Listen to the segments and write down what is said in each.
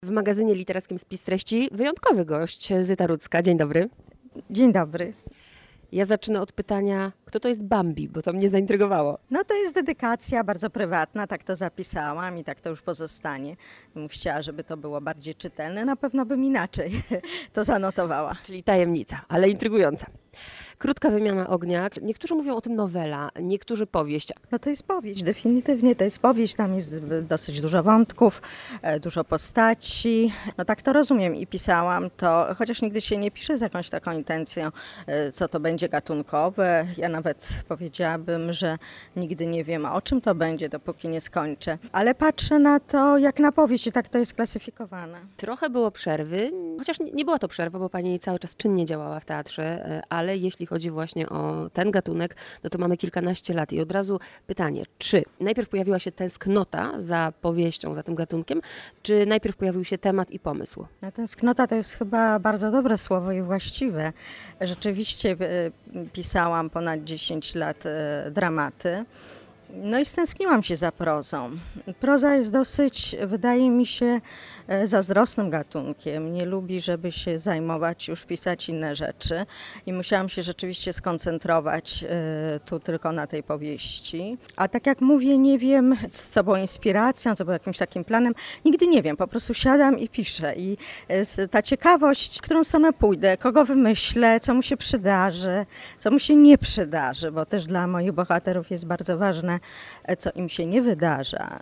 W magazynie literackim Spis Treści wyjątkowy gość, Zyta Rudzka. Dzień dobry. Dzień dobry. Ja zacznę od pytania, kto to jest Bambi, bo to mnie zaintrygowało. No to jest dedykacja bardzo prywatna, tak to zapisałam i tak to już pozostanie. Bym chciała, żeby to było bardziej czytelne, na pewno bym inaczej to zanotowała. Czyli tajemnica, ale intrygująca. Krótka wymiana ognia. Niektórzy mówią o tym nowela, niektórzy powieść. No to jest powieść, definitywnie to jest powieść, tam jest dosyć dużo wątków, dużo postaci. No tak to rozumiem i pisałam to, chociaż nigdy się nie pisze z jakąś taką intencją, co to będzie gatunkowe. Ja nawet powiedziałabym, że nigdy nie wiem, o czym to będzie, dopóki nie skończę. Ale patrzę na to jak na powieść i tak to jest klasyfikowane. Trochę było przerwy, chociaż nie była to przerwa, bo pani cały czas czynnie działała w teatrze, ale jeśli chodzi właśnie o ten gatunek, no to mamy kilkanaście lat. I od razu pytanie, czy najpierw pojawiła się tęsknota za powieścią, za tym gatunkiem, czy najpierw pojawił się temat i pomysł? No, tęsknota to jest chyba bardzo dobre słowo i właściwe. Rzeczywiście pisałam ponad 10 lat dramaty. No i stęskniłam się za prozą. Proza jest dosyć, wydaje mi się, zazdrosnym gatunkiem. Nie lubi, żeby się zajmować, już pisać inne rzeczy. I musiałam się rzeczywiście skoncentrować tu tylko na tej powieści. A tak jak mówię, nie wiem, co było inspiracją, co było jakimś takim planem. Nigdy nie wiem, po prostu siadam i piszę. I ta ciekawość, w którą stronę pójdę, kogo wymyślę, co mu się przydarzy, co mu się nie przydarzy, bo też dla moich bohaterów jest bardzo ważne, co im się nie wydarza,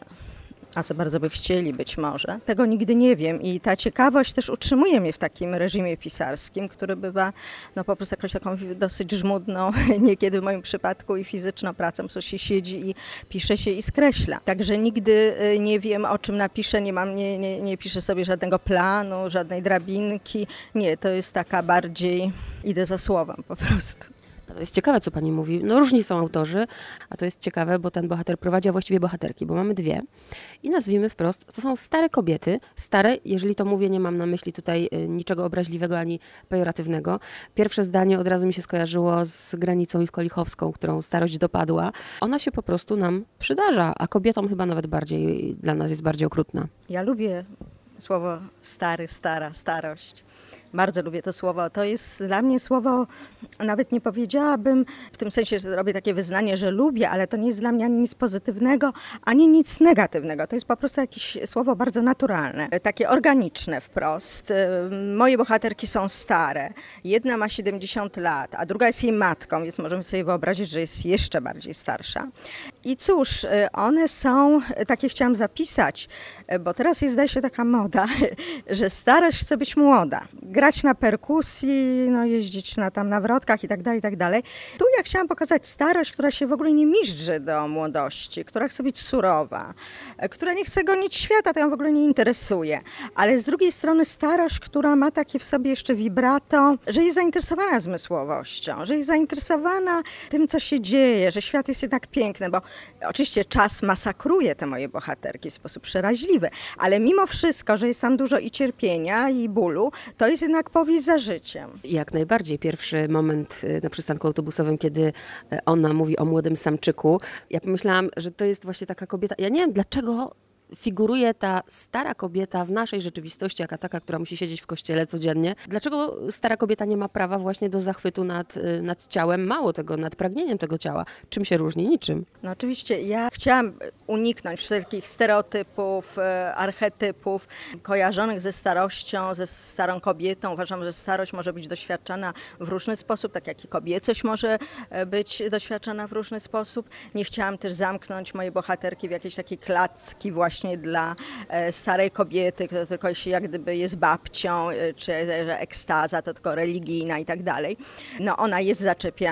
a co bardzo by chcieli być może. Tego nigdy nie wiem i ta ciekawość też utrzymuje mnie w takim reżimie pisarskim, który bywa no po prostu jakąś taką dosyć żmudną, niekiedy w moim przypadku i fizyczną pracą, co się siedzi i pisze się i skreśla. Także nigdy nie wiem, o czym napiszę, nie piszę sobie żadnego planu, żadnej drabinki. Nie, to jest taka bardziej, idę za słowem po prostu. No to jest ciekawe, co pani mówi. No różni są autorzy, a to jest ciekawe, bo ten bohater prowadzi, a właściwie bohaterki, bo mamy dwie. I nazwijmy wprost, to są stare kobiety. Stare, jeżeli to mówię, nie mam na myśli tutaj niczego obraźliwego ani pejoratywnego. Pierwsze zdanie od razu mi się skojarzyło z Granicą i z Kolichowską, którą starość dopadła. Ona się po prostu nam przydarza, a kobietom chyba nawet bardziej, dla nas jest bardziej okrutna. Ja lubię słowo stary, stara, starość. Bardzo lubię to słowo. To jest dla mnie słowo, nawet nie powiedziałabym, w tym sensie, że robię takie wyznanie, że lubię, ale to nie jest dla mnie ani nic pozytywnego, ani nic negatywnego. To jest po prostu jakieś słowo bardzo naturalne, takie organiczne wprost. Moje bohaterki są stare. Jedna ma 70 lat, a druga jest jej matką, więc możemy sobie wyobrazić, że jest jeszcze bardziej starsza. I cóż, one są, takie chciałam zapisać, bo teraz jest, zdaje się, taka moda, że starość chce być młoda. Grać na perkusji, no jeździć na wrotkach i tak dalej, i tak dalej. Tu ja chciałam pokazać starość, która się w ogóle nie mizdrzy do młodości, która chce być surowa, która nie chce gonić świata, to ją w ogóle nie interesuje. Ale z drugiej strony starość, która ma takie w sobie jeszcze vibrato, że jest zainteresowana zmysłowością, że jest zainteresowana tym, co się dzieje, że świat jest jednak piękny, bo oczywiście czas masakruje te moje bohaterki w sposób przeraźliwy, ale mimo wszystko, że jest tam dużo i cierpienia, i bólu, to jest jednak powieść za życiem. Jak najbardziej. Pierwszy moment na przystanku autobusowym, kiedy ona mówi o młodym samczyku. Ja pomyślałam, że to jest właśnie taka kobieta. Ja nie wiem, dlaczego figuruje ta stara kobieta w naszej rzeczywistości, jaka taka, która musi siedzieć w kościele codziennie. Dlaczego stara kobieta nie ma prawa właśnie do zachwytu nad ciałem, mało tego, nad pragnieniem tego ciała? Czym się różni? Niczym. No oczywiście ja chciałam uniknąć wszelkich stereotypów, archetypów kojarzonych ze starością, ze starą kobietą. Uważam, że starość może być doświadczana w różny sposób, tak jak i kobiecość może być doświadczana w różny sposób. Nie chciałam też zamknąć mojej bohaterki w jakiejś takiej klatki właśnie dla starej kobiety, która tylko jak gdyby jest babcią, czy że ekstaza to tylko religijna i tak dalej. No ona jest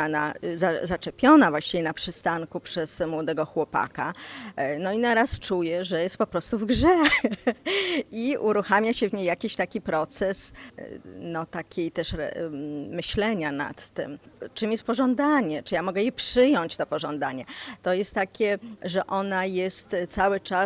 zaczepiona właściwie na przystanku przez młodego chłopaka. No i naraz czuje, że jest po prostu w grze i uruchamia się w niej jakiś taki proces, no takiej też myślenia nad tym, czym jest pożądanie, czy ja mogę jej przyjąć to pożądanie. To jest takie, że ona jest cały czas, wydaje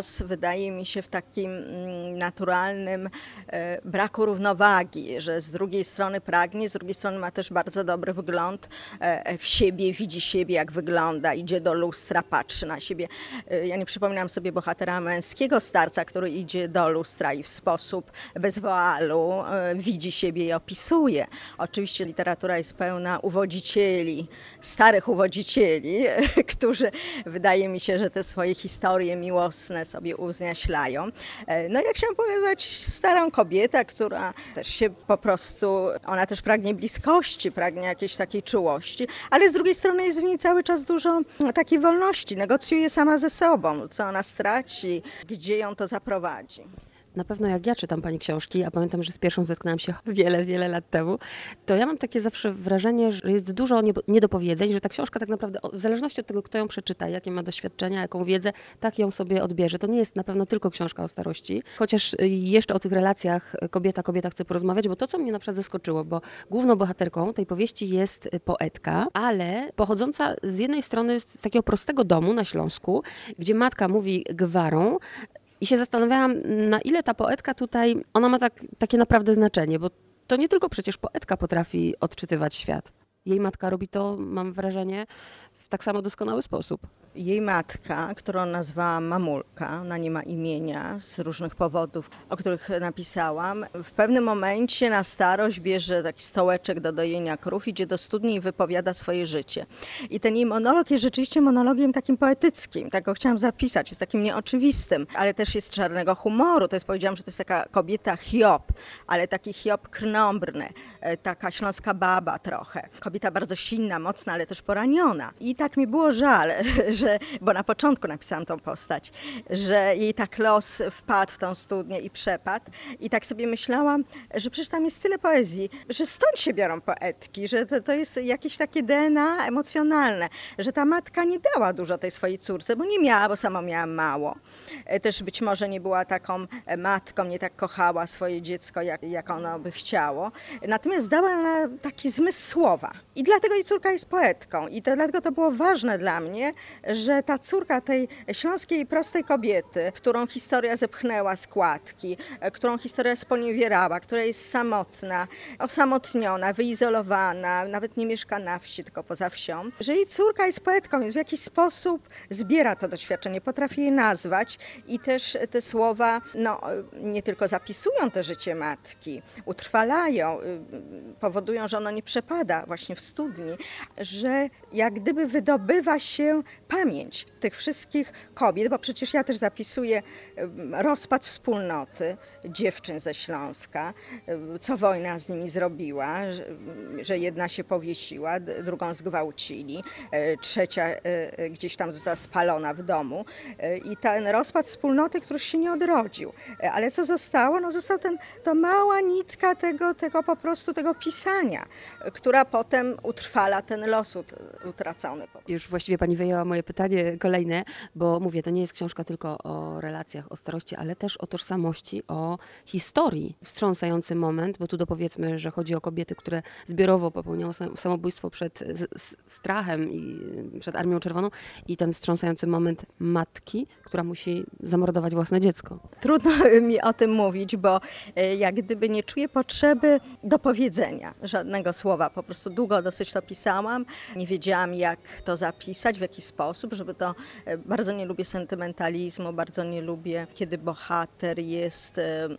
wydaje mi się w takim naturalnym braku równowagi, że z drugiej strony pragnie, z drugiej strony ma też bardzo dobry wygląd w siebie, widzi siebie jak wygląda, idzie do lustra, patrzy na siebie. Ja nie przypominam sobie bohatera męskiego starca, który idzie do lustra i w sposób bez woalu widzi siebie i opisuje. Oczywiście literatura jest pełna uwodzicieli, starych uwodzicieli, którzy wydaje mi się, że te swoje historie miłosne sobie uzniaślają. No jak chciałam powiedzieć, starą kobietę, która też się po prostu, ona też pragnie bliskości, pragnie jakiejś takiej czułości, ale z drugiej strony jest w niej cały czas dużo takiej wolności, negocjuje sama ze sobą, co ona straci, gdzie ją to zaprowadzi. Na pewno jak ja czytam pani książki, a pamiętam, że z pierwszą zetknęłam się wiele, wiele lat temu, to ja mam takie zawsze wrażenie, że jest dużo niedopowiedzeń, że ta książka tak naprawdę, w zależności od tego, kto ją przeczyta, jakie ma doświadczenia, jaką wiedzę, tak ją sobie odbierze. To nie jest na pewno tylko książka o starości, chociaż jeszcze o tych relacjach kobieta chcę porozmawiać, bo to, co mnie na przykład zaskoczyło, bo główną bohaterką tej powieści jest poetka, ale pochodząca z jednej strony z takiego prostego domu na Śląsku, gdzie matka mówi gwarą, i się zastanawiałam, na ile ta poetka tutaj, ona ma takie naprawdę znaczenie, bo to nie tylko przecież poetka potrafi odczytywać świat. Jej matka robi to, mam wrażenie, w tak samo doskonały sposób. Jej matka, którą nazwała Mamulka, ona nie ma imienia z różnych powodów, o których napisałam, w pewnym momencie na starość bierze taki stołeczek do dojenia krów, idzie do studni i wypowiada swoje życie. I ten jej monolog jest rzeczywiście monologiem takim poetyckim, tak go chciałam zapisać, jest takim nieoczywistym, ale też jest czarnego humoru. To jest, powiedziałam, że to jest taka kobieta Hiob, ale taki Hiob krnąbrny, taka śląska baba trochę. Kobieta bardzo silna, mocna, ale też poraniona. I tak mi było żal, bo na początku napisałam tą postać, że jej tak los wpadł w tą studnię i przepadł. I tak sobie myślałam, że przecież tam jest tyle poezji, że stąd się biorą poetki, że to jest jakieś takie DNA emocjonalne, że ta matka nie dała dużo tej swojej córce, bo nie miała, bo sama miała mało. Też być może nie była taką matką, nie tak kochała swoje dziecko, jak ono by chciało. Natomiast dała taki zmysł słowa. I dlatego jej córka jest poetką. I dlatego to było ważne dla mnie, że ta córka tej śląskiej prostej kobiety, którą historia zepchnęła z kładki, którą historia sponiewierała, która jest samotna, osamotniona, wyizolowana, nawet nie mieszka na wsi, tylko poza wsią, że jej córka jest poetką, więc w jakiś sposób zbiera to doświadczenie, potrafi je nazwać i też te słowa nie tylko zapisują to życie matki, utrwalają, powodują, że ono nie przepada właśnie w studni, że jak gdyby wydobywa się pamięć tych wszystkich kobiet, bo przecież ja też zapisuję rozpad wspólnoty dziewczyn ze Śląska, co wojna z nimi zrobiła, że jedna się powiesiła, drugą zgwałcili, trzecia gdzieś tam została spalona w domu i ten rozpad wspólnoty, który się nie odrodził. Ale co zostało? No została to mała nitka tego po prostu tego pisania, która potem utrwala ten los utracony. Już właściwie pani wyjęła moje pytanie kolejne, bo mówię, to nie jest książka tylko o relacjach, o starości, ale też o tożsamości, o historii. Wstrząsający moment, bo tu dopowiedzmy, że chodzi o kobiety, które zbiorowo popełniają samobójstwo przed strachem i przed Armią Czerwoną i ten wstrząsający moment matki, która musi zamordować własne dziecko. Trudno mi o tym mówić, bo jak gdyby nie czuję potrzeby do powiedzenia żadnego słowa. Po prostu długo dosyć to pisałam. Nie wiedziałam, jak to zapisać, w jaki sposób, żeby to... Bardzo nie lubię sentymentalizmu, bardzo nie lubię, kiedy bohater jest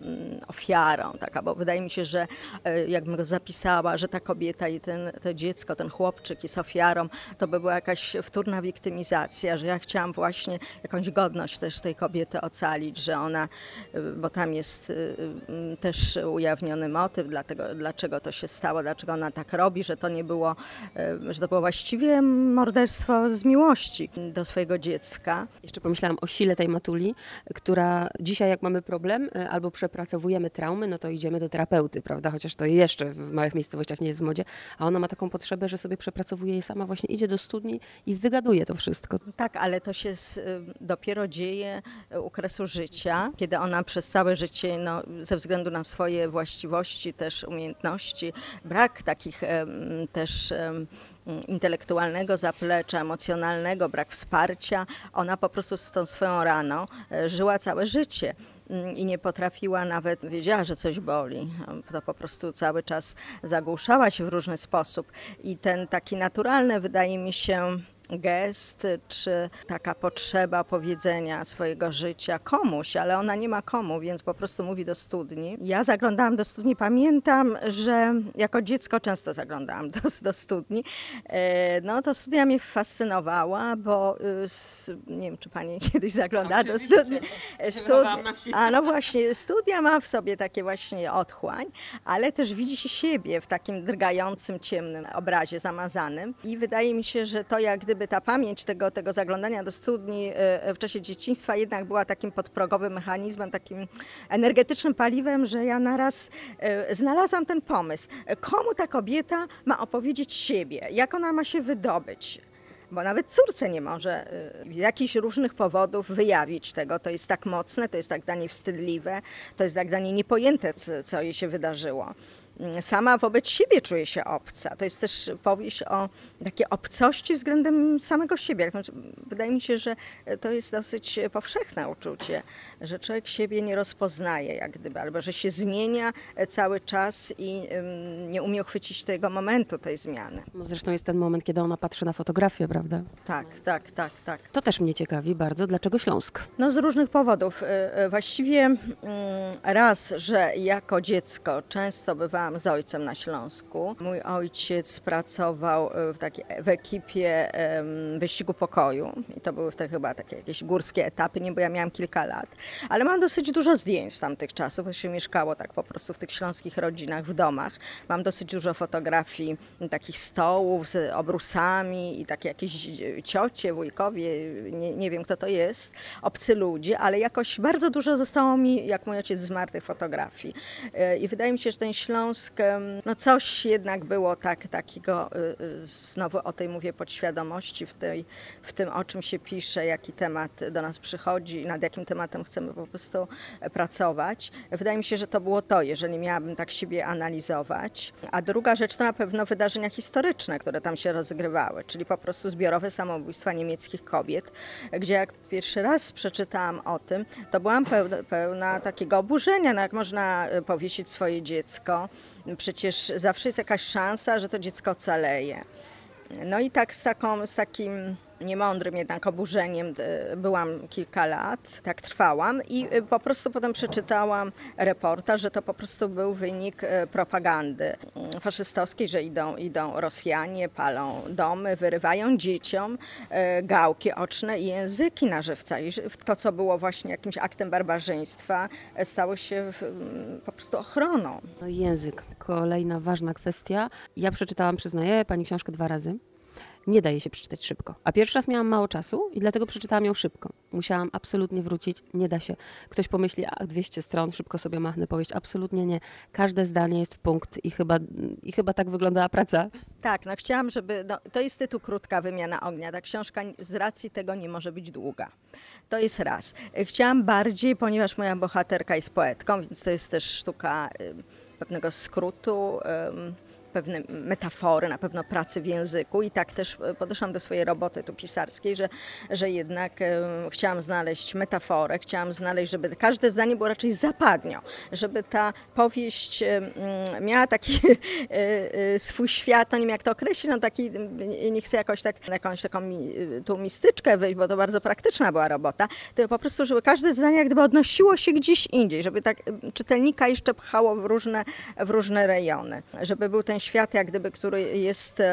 ofiarą, taka, bo wydaje mi się, że jakbym go zapisała, że ta kobieta i to dziecko, ten chłopczyk jest ofiarą, to by była jakaś wtórna wiktymizacja, że ja chciałam właśnie jakąś godność też tej kobiety ocalić, że ona, bo tam jest też ujawniony motyw, dlaczego to się stało, dlaczego ona tak robi, że to nie było, że to było właściwie morderstwo z miłości do swojego dziecka. Jeszcze pomyślałam o sile tej matuli, która dzisiaj jak mamy problem albo przepracowujemy traumy, no to idziemy do terapeuty, prawda? Chociaż to jeszcze w małych miejscowościach nie jest w modzie, a ona ma taką potrzebę, że sobie przepracowuje je sama, właśnie idzie do studni i wygaduje to wszystko. Tak, ale to się dopiero dzieje u kresu życia, kiedy ona przez całe życie, ze względu na swoje właściwości, też umiejętności, brak takich też intelektualnego zaplecza, emocjonalnego, brak wsparcia. Ona po prostu z tą swoją raną żyła całe życie i nie potrafiła nawet, wiedziała, że coś boli. To po prostu cały czas zagłuszała się w różny sposób. I ten taki naturalny, wydaje mi się, gest, czy taka potrzeba powiedzenia swojego życia komuś, ale ona nie ma komu, więc po prostu mówi do studni. Ja zaglądałam do studni, pamiętam, że jako dziecko często zaglądałam do studni. No to studnia mnie fascynowała, bo nie wiem, czy pani kiedyś zaglądała do studni. A no właśnie, studnia ma w sobie takie właśnie otchłań, ale też widzi się siebie w takim drgającym, ciemnym obrazie zamazanym i wydaje mi się, że to jak gdyby ta pamięć tego zaglądania do studni w czasie dzieciństwa jednak była takim podprogowym mechanizmem, takim energetycznym paliwem, że ja naraz znalazłam ten pomysł. Komu ta kobieta ma opowiedzieć siebie? Jak ona ma się wydobyć? Bo nawet córce nie może z jakichś różnych powodów wyjawić tego. To jest tak mocne, to jest tak dla niej wstydliwe, to jest tak dla niej niepojęte, co jej się wydarzyło. Sama wobec siebie czuje się obca. To jest też powieść o takiej obcości względem samego siebie. Znaczy, wydaje mi się, że to jest dosyć powszechne uczucie, że człowiek siebie nie rozpoznaje jak gdyby, albo że się zmienia cały czas i nie umie uchwycić tego momentu, tej zmiany. No zresztą jest ten moment, kiedy ona patrzy na fotografię, prawda? Tak. To też mnie ciekawi bardzo. Dlaczego Śląsk? No z różnych powodów. Właściwie raz, że jako dziecko często bywałam z ojcem na Śląsku. Mój ojciec pracował w ekipie wyścigu pokoju i to były wtedy chyba takie jakieś górskie etapy, nie, bo ja miałam kilka lat. Ale mam dosyć dużo zdjęć z tamtych czasów, bo się mieszkało tak po prostu w tych śląskich rodzinach, w domach. Mam dosyć dużo fotografii takich stołów z obrusami i takie jakieś ciocie, wujkowie, nie wiem kto to jest, obcy ludzie, ale jakoś bardzo dużo zostało mi, jak mój ojciec zmarł, tych fotografii. I wydaje mi się, że ten Śląsk, no coś jednak było takiego, znowu o tej mówię, podświadomości, w tym o czym się pisze, jaki temat do nas przychodzi, nad jakim tematem chcemy po prostu pracować. Wydaje mi się, że to było to, jeżeli miałabym tak siebie analizować. A druga rzecz to na pewno wydarzenia historyczne, które tam się rozgrywały, czyli po prostu zbiorowe samobójstwa niemieckich kobiet, gdzie jak pierwszy raz przeczytałam o tym, to byłam pełna takiego oburzenia, no jak można powiesić swoje dziecko. Przecież zawsze jest jakaś szansa, że to dziecko ocaleje. No i tak z takim niemądrym jednak oburzeniem byłam kilka lat, tak trwałam i po prostu potem przeczytałam reportaż, że to po prostu był wynik propagandy faszystowskiej, że idą Rosjanie, palą domy, wyrywają dzieciom gałki oczne i języki na żywca. I to, co było właśnie jakimś aktem barbarzyństwa, stało się po prostu ochroną. No język, kolejna ważna kwestia. Ja przeczytałam, przyznaję, pani książkę 2 razy. Nie daje się przeczytać szybko. A pierwszy raz miałam mało czasu i dlatego przeczytałam ją szybko. Musiałam absolutnie wrócić. Nie da się. Ktoś pomyśli, 200 stron, szybko sobie machnę powieść. Absolutnie nie. Każde zdanie jest w punkt i chyba tak wyglądała praca. Tak, no chciałam, żeby... No, to jest tytuł Krótka wymiana ognia. Ta książka z racji tego nie może być długa. To jest raz. Chciałam bardziej, ponieważ moja bohaterka jest poetką, więc to jest też sztuka pewnego skrótu, pewne metafory, na pewno pracy w języku i tak też podeszłam do swojej roboty tu pisarskiej, że jednak chciałam znaleźć metaforę, chciałam znaleźć, żeby każde zdanie było raczej zapadnią, żeby ta powieść miała taki swój świat, no nie wiem jak to określić, no taki, nie chcę jakąś taką tu mistyczkę wyjść, bo to bardzo praktyczna była robota, to po prostu, żeby każde zdanie jak gdyby odnosiło się gdzieś indziej, żeby tak czytelnika jeszcze pchało w różne rejony, żeby był ten świat, jak gdyby, który jest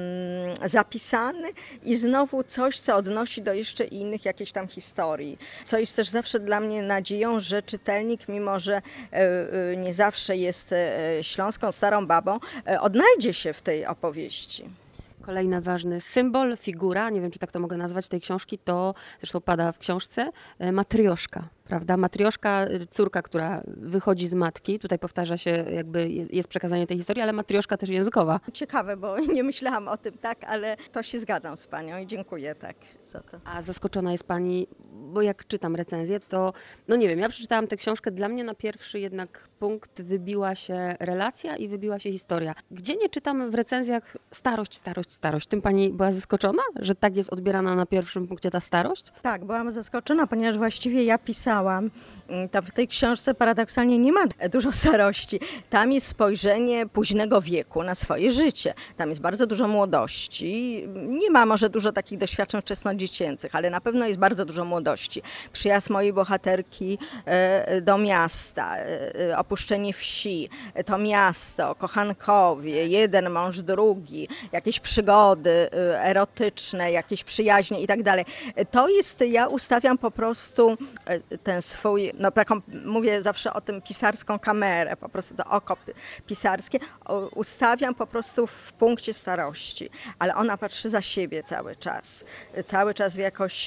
zapisany i znowu coś, co odnosi do jeszcze innych jakiejś tam historii. Co jest też zawsze dla mnie nadzieją, że czytelnik, mimo że nie zawsze jest śląską starą babą, odnajdzie się w tej opowieści. Kolejny ważny symbol, figura, nie wiem, czy tak to mogę nazwać, tej książki, to zresztą pada w książce, matrioszka. Prawda? Matrioszka, córka, która wychodzi z matki, tutaj powtarza się, jakby jest przekazanie tej historii, ale matrioszka też językowa. Ciekawe, bo nie myślałam o tym, tak, ale to się zgadzam z panią i dziękuję tak za to. A zaskoczona jest pani, bo jak czytam recenzję, to no nie wiem, ja przeczytałam tę książkę, dla mnie na pierwszy jednak punkt wybiła się relacja i wybiła się historia. Gdzie nie czytam w recenzjach starość, starość, starość. Tym pani była zaskoczona, że tak jest odbierana na pierwszym punkcie ta starość? Tak, byłam zaskoczona, ponieważ właściwie ja pisałam, w tej książce paradoksalnie nie ma dużo starości. Tam jest spojrzenie późnego wieku na swoje życie. Tam jest bardzo dużo młodości. Nie ma może dużo takich doświadczeń wczesnodziecięcych, ale na pewno jest bardzo dużo młodości. Przyjazd mojej bohaterki do miasta, opuszczenie wsi, to miasto, kochankowie, jeden mąż, drugi, jakieś przygody erotyczne, jakieś przyjaźnie i tak dalej. To jest, ja ustawiam po prostu ten swój, no taką, mówię zawsze o tym pisarską kamerę, po prostu to oko pisarskie, ustawiam po prostu w punkcie starości, ale ona patrzy za siebie cały czas w jakoś...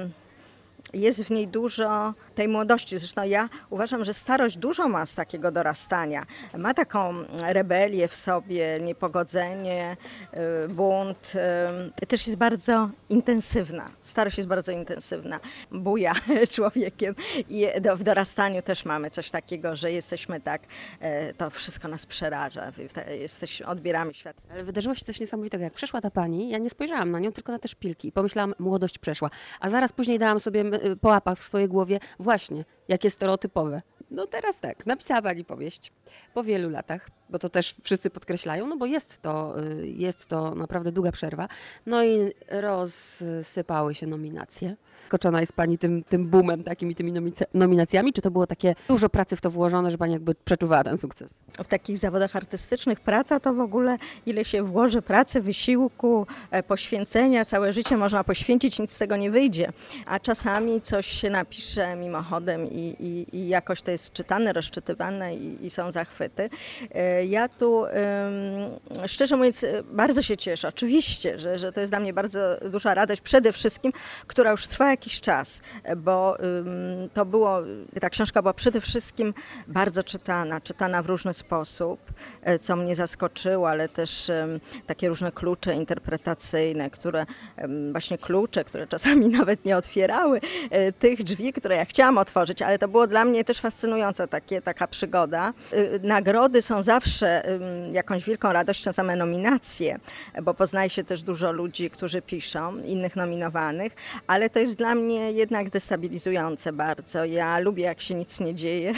Jest w niej dużo tej młodości. Zresztą ja uważam, że starość dużo ma z takiego dorastania. Ma taką rebelię w sobie, niepogodzenie, bunt. Też jest bardzo intensywna. Starość jest bardzo intensywna. Buja człowiekiem i w dorastaniu też mamy coś takiego, że jesteśmy tak, to wszystko nas przeraża. Odbieramy świat. Ale wydarzyło się coś niesamowitego. Jak przeszła ta pani, ja nie spojrzałam na nią, tylko na te szpilki i pomyślałam, młodość przeszła. A zaraz później dałam sobie po łapach w swojej głowie, właśnie, jakie stereotypowe. No teraz tak, napisała pani powieść po wielu latach, bo to też wszyscy podkreślają, no bo jest to naprawdę długa przerwa. No i rozsypały się nominacje. Zaskoczona jest pani tym boomem, tymi nominacjami? Czy to było takie dużo pracy w to włożone, że pani jakby przeczuwała ten sukces? W takich zawodach artystycznych praca to w ogóle, ile się włoży pracy, wysiłku, poświęcenia, całe życie można poświęcić, nic z tego nie wyjdzie. A czasami coś się napisze mimochodem i jakoś to jest czytane, rozczytywane i są zachwyty. Ja tu szczerze mówiąc bardzo się cieszę, oczywiście, że to jest dla mnie bardzo duża radość, przede wszystkim, która już trwa jakiś czas, bo ta książka była przede wszystkim bardzo czytana w różny sposób, co mnie zaskoczyło, ale też takie różne klucze interpretacyjne, które czasami nawet nie otwierały tych drzwi, które ja chciałam otworzyć, ale to było dla mnie też fascynujące, taka przygoda. Nagrody są zawsze jakąś wielką radością, same nominacje, bo poznaje się też dużo ludzi, którzy piszą, innych nominowanych, ale to jest dla mnie jednak destabilizujące bardzo. Ja lubię, jak się nic nie dzieje.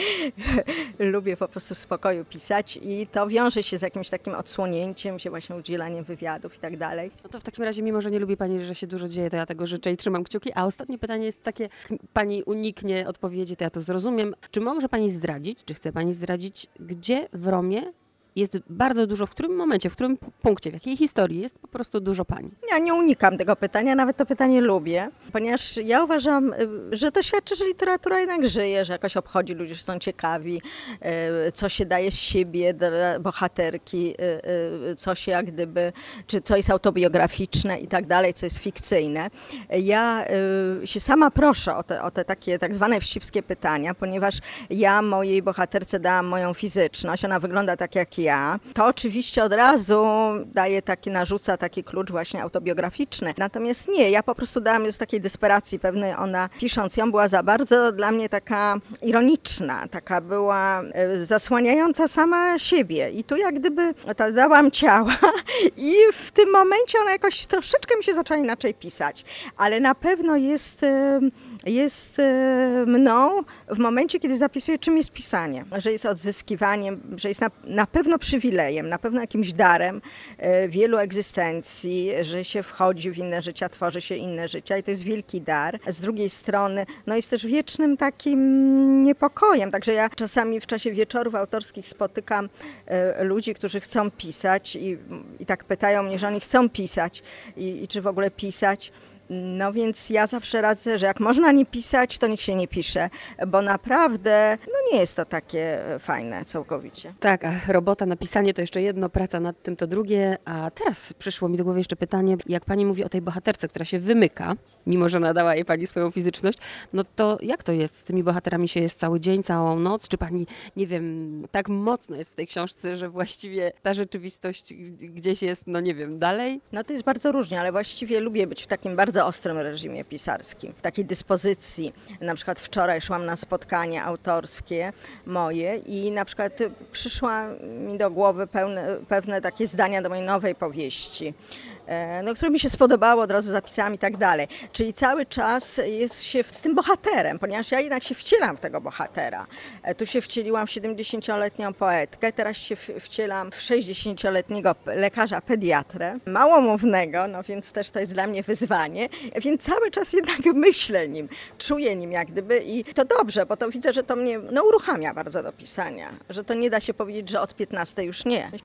Lubię po prostu w spokoju pisać i to wiąże się z jakimś takim odsłonięciem się, właśnie udzielaniem wywiadów i tak dalej. No to w takim razie, mimo że nie lubi pani, że się dużo dzieje, to ja tego życzę i trzymam kciuki. A ostatnie pytanie jest takie, pani uniknie odpowiedzi, to ja to zrozumiem. Czy może pani zdradzić, czy chce pani zdradzić, gdzie w Romie jest bardzo dużo, w którym momencie, w którym punkcie, w jakiej historii jest po prostu dużo pani? Ja nie unikam tego pytania, nawet to pytanie lubię, ponieważ ja uważam, że to świadczy, że literatura jednak żyje, że jakoś obchodzi ludzi, że są ciekawi, co się daje z siebie dla bohaterki, co się jak gdyby, czy co jest autobiograficzne i tak dalej, co jest fikcyjne. Ja się sama proszę o te takie tak zwane wścibskie pytania, ponieważ ja mojej bohaterce dałam moją fizyczność, ona wygląda tak jak ja. To oczywiście od razu narzuca taki klucz właśnie autobiograficzny. Natomiast nie, ja po prostu dałam z takiej desperacji pewnej, ona pisząc ją była za bardzo dla mnie taka ironiczna, taka była zasłaniająca sama siebie. I tu jak gdyby dałam ciała i w tym momencie ona jakoś troszeczkę mi się zaczęła inaczej pisać. Ale na pewno jest mną w momencie, kiedy zapisuję, czym jest pisanie. Że jest odzyskiwaniem, że jest na pewno przywilejem, na pewno jakimś darem wielu egzystencji, że się wchodzi w inne życia, tworzy się inne życia i to jest wielki dar. Z drugiej strony jest też wiecznym takim niepokojem. Także ja czasami w czasie wieczorów autorskich spotykam ludzi, którzy chcą pisać i tak pytają mnie, że oni chcą pisać i czy w ogóle pisać. No więc ja zawsze radzę, że jak można nie pisać, to niech się nie pisze, bo naprawdę nie jest to takie fajne całkowicie. Tak, a robota, napisanie to jeszcze jedno, praca nad tym to drugie. A teraz przyszło mi do głowy jeszcze pytanie, jak pani mówi o tej bohaterce, która się wymyka, mimo że nadała jej pani swoją fizyczność, no to jak to jest? Z tymi bohaterami się jest cały dzień, całą noc? Czy pani, nie wiem, tak mocno jest w tej książce, że właściwie ta rzeczywistość gdzieś jest, no nie wiem, dalej? No to jest bardzo różnie, ale właściwie lubię być w takim bardzo ostrym reżimie pisarskim, w takiej dyspozycji. Na przykład wczoraj szłam na spotkanie autorskie moje i na przykład przyszła mi do głowy pewne takie zdania do mojej nowej powieści, które mi się spodobało, od razu zapisałam i tak dalej. Czyli cały czas jest się z tym bohaterem, ponieważ ja jednak się wcielam w tego bohatera. Tu się wcieliłam w 70-letnią poetkę, teraz się wcielam w 60-letniego lekarza pediatrę, małomównego, no więc też to jest dla mnie wyzwanie, więc cały czas jednak myślę nim, czuję nim jak gdyby i to dobrze, bo to widzę, że to mnie uruchamia bardzo do pisania, że to nie da się powiedzieć, że od 15 już nie.